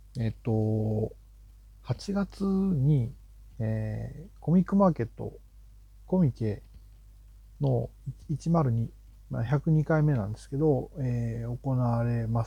8月に、コミックマーケット、コミケの102、102回目なんですけど、行われます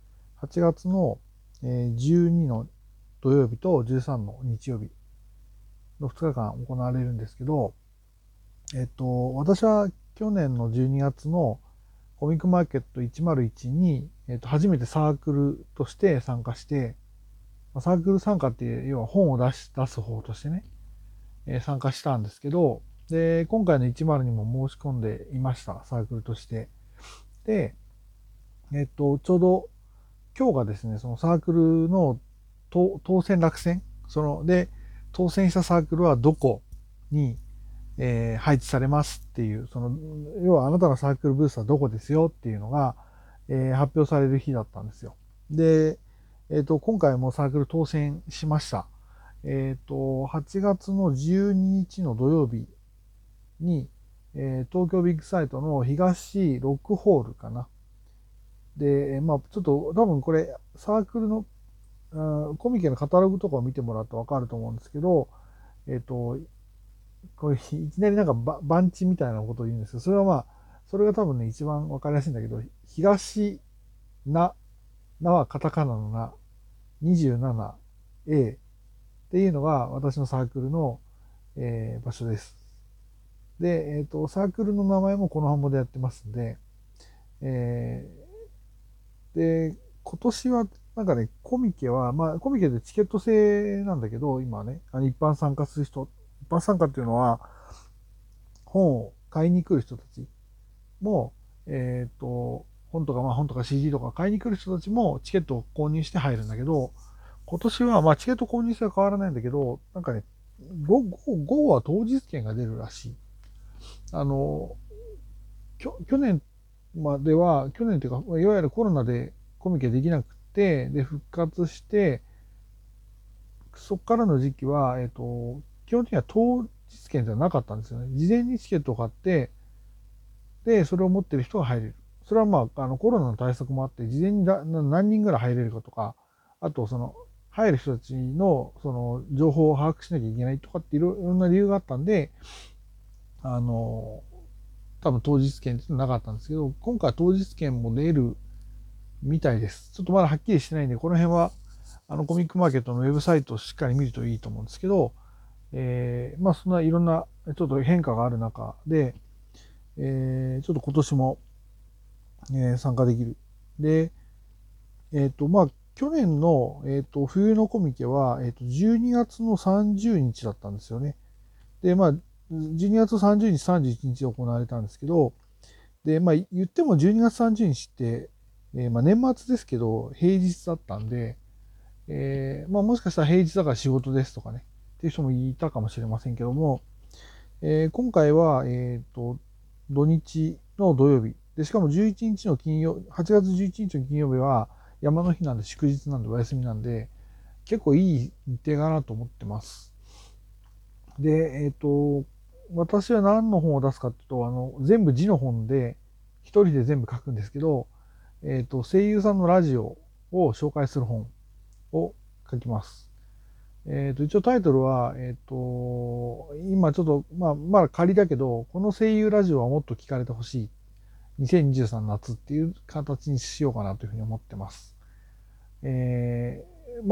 。8月の、12の土曜日と13の日曜日の2日間行われるんですけど、私は去年の12月のコミックマーケット101に、初めてサークルとして参加して、サークル参加っていう、要は本を出す方としてね、参加したんですけど、で、今回の10にも申し込んでいました、サークルとして。で、ちょうど今日がですね、そのサークルの当選落選、当選したサークルはどこに、配置されますっていう、要はあなたのサークルブースはどこですよっていうのが、発表される日だったんですよ。で、今回もサークル当選しました。8月の12日の土曜日に、東京ビッグサイトの東ロックホールかな。で、ちょっと多分これ、サークルの、コミケのカタログとかを見てもらうとわかると思うんですけど、えっと、これいきなりなんか番地みたいなことを言うんですけど、それはそれが多分ね、一番わかりやすいんだけど、東な、なはカタカナのな、27A っていうのが私のサークルの、場所です。で、サークルの名前もこの版本でやってますんで、えで、今年は、なんかね、コミケは、コミケでチケット制なんだけど、今ね、一般参加する人、一般参加っていうのは、本を買いに来る人たちも、本とか、本とか CD とか買いに来る人たちもチケットを購入して入るんだけど、今年は、チケット購入制は変わらないんだけど、なんかね、午後は当日券が出るらしい。あの、去年までは、去年というか、いわゆるコロナでコミケできなくて、で、復活して、そこからの時期は、基本的には当日券じゃなかったんですよね。事前にチケットを買って、で、それを持ってる人が入れる。それはコロナの対策もあって、事前に何人ぐらい入れるかとか、あと、入る人たちの、情報を把握しなきゃいけないとかっていろんな理由があったんで、あの、多分当日券っていうのはなかったんですけど、今回は当日券も出るみたいです。ちょっとまだはっきりしてないんで、この辺は、コミックマーケットのウェブサイトをしっかり見るといいと思うんですけど、そんないろんな、ちょっと変化がある中で、ちょっと今年も、参加できる。で、去年の、冬のコミケは、12月の30日だったんですよね。で、12月30日、31日行われたんですけど、で、言っても12月30日って、年末ですけど、平日だったんで、もしかしたら平日だから仕事ですとかね、っていう人もいたかもしれませんけども、今回は、土日の土曜日。で、しかも11日の金曜、8月11日の金曜日は山の日なんで祝日なんでお休みなんで、結構いい日程かなと思ってます。で、私は何の本を出すかっていうと、全部字の本で、一人で全部書くんですけど、声優さんのラジオを紹介する本を書きます。一応タイトルは、今ちょっと、まだ仮だけど、この声優ラジオはもっと聞かれてほしい。2023夏っていう形にしようかなというふうに思ってます。え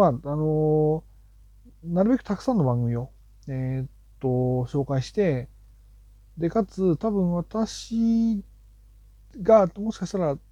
なるべくたくさんの番組を、紹介して、で、かつ、多分私が、もしかしたら、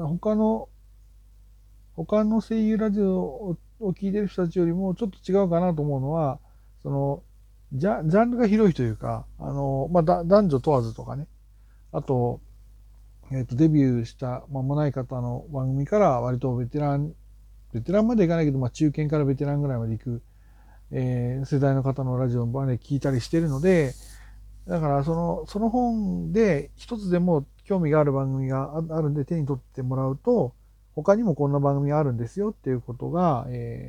他の声優ラジオを聞いてる人たちよりもちょっと違うかなと思うのは、その、ジャンルが広いというか、男女問わずとかね、あと、デビューした間もない方の番組から割とベテランまでいかないけど、中堅からベテランぐらいまで行く、世代の方のラジオまで聞いたりしてるので、だからその本で一つでも興味がある番組があるんで手に取ってもらうと、他にもこんな番組があるんですよっていうことが、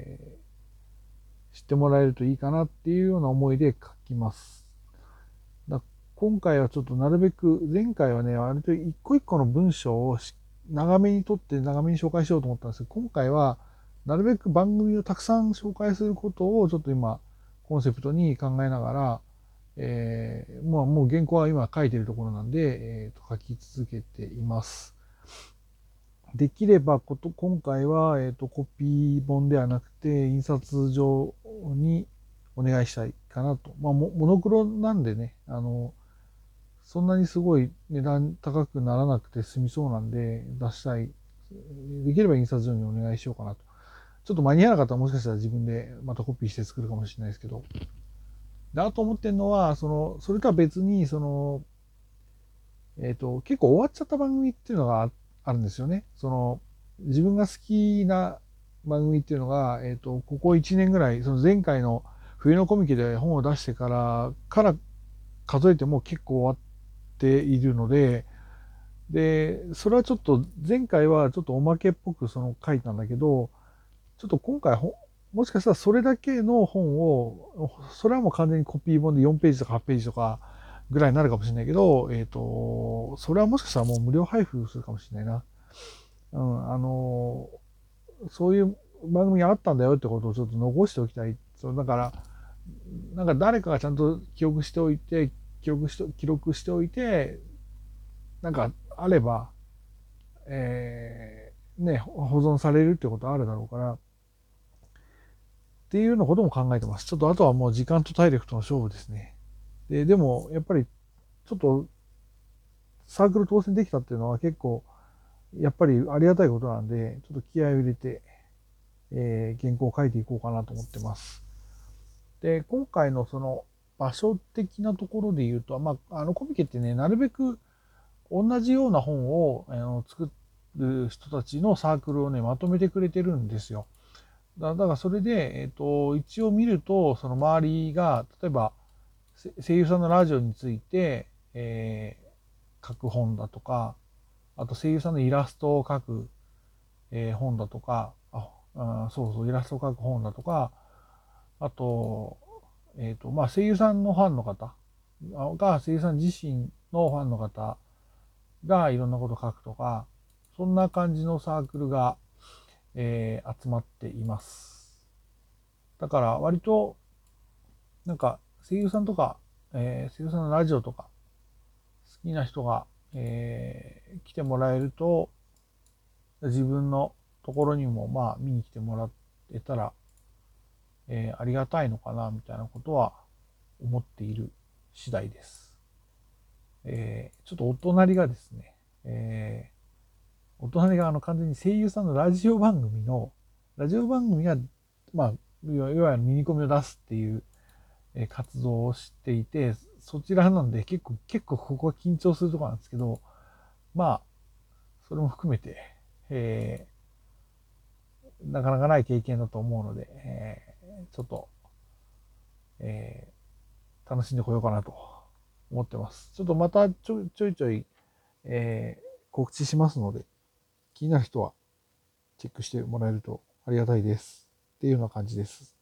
知ってもらえるといいかなっていうような思いで書きます。だ今回はちょっとなるべく、前回はね、割と一個一個の文章を長めに取って長めに紹介しようと思ったんですけど、今回はなるべく番組をたくさん紹介することをちょっと今コンセプトに考えながら、もう原稿は今書いてるところなんで、書き続けています。できれば今回は、コピー本ではなくて印刷上にお願いしたいかなと。モノクロなんでね、そんなにすごい値段高くならなくて済みそうなんで出したい。できれば印刷上にお願いしようかなと。ちょっと間に合わなかったらもしかしたら自分でまたコピーして作るかもしれないですけど。で、あと思ってるのは、それとは別に、結構終わっちゃった番組っていうのがあるんですよね。自分が好きな番組っていうのが、ここ1年ぐらい、その前回の冬のコミケで本を出してから数えても結構終わっているので、それはちょっと、前回はちょっとおまけっぽく書いたんだけど、ちょっと今回もしかしたらそれだけの本を、それはもう完全にコピー本で4ページとか8ページとかぐらいになるかもしれないけど、それはもしかしたらもう無料配布するかもしれないな。うん、そういう番組があったんだよってことをちょっと残しておきたい。だから、なんか誰かがちゃんと記録しておいて、記録しておいて、なんかあれば、保存されるってことあるだろうから、っていうようなことも考えてます。ちょっとあとはもう時間と体力との勝負ですね。でも、やっぱり、ちょっと、サークル当選できたっていうのは結構、やっぱりありがたいことなんで、ちょっと気合を入れて、原稿を書いていこうかなと思ってます。で、今回のその場所的なところで言うと、コミケってね、なるべく同じような本を作る人たちのサークルをね、まとめてくれてるんですよ。だからそれで、一応見ると、その周りが、例えば、声優さんのラジオについて、書く本だとか、あと声優さんのイラストを書く、本だとか、そうそう、イラストを書く本だとか、あと、声優さんのファンの方が、声優さん自身のファンの方がいろんなことを書くとか、そんな感じのサークルが、集まっています。だから割と、なんか声優さんとか、声優さんのラジオとか好きな人が、来てもらえると、自分のところにも見に来てもらえたら、ありがたいのかなみたいなことは思っている次第です。ちょっとお隣がですね、お隣が完全に声優さんのラジオ番組が、いわゆるミニコミを出すっていう活動をしていて、そちらなんで結構ここは緊張するところなんですけど、それも含めて、なかなかない経験だと思うので、ちょっと、楽しんでこようかなと思ってます。ちょっとまたちょい、告知しますので、気になる人はチェックしてもらえるとありがたいです。っていうような感じです。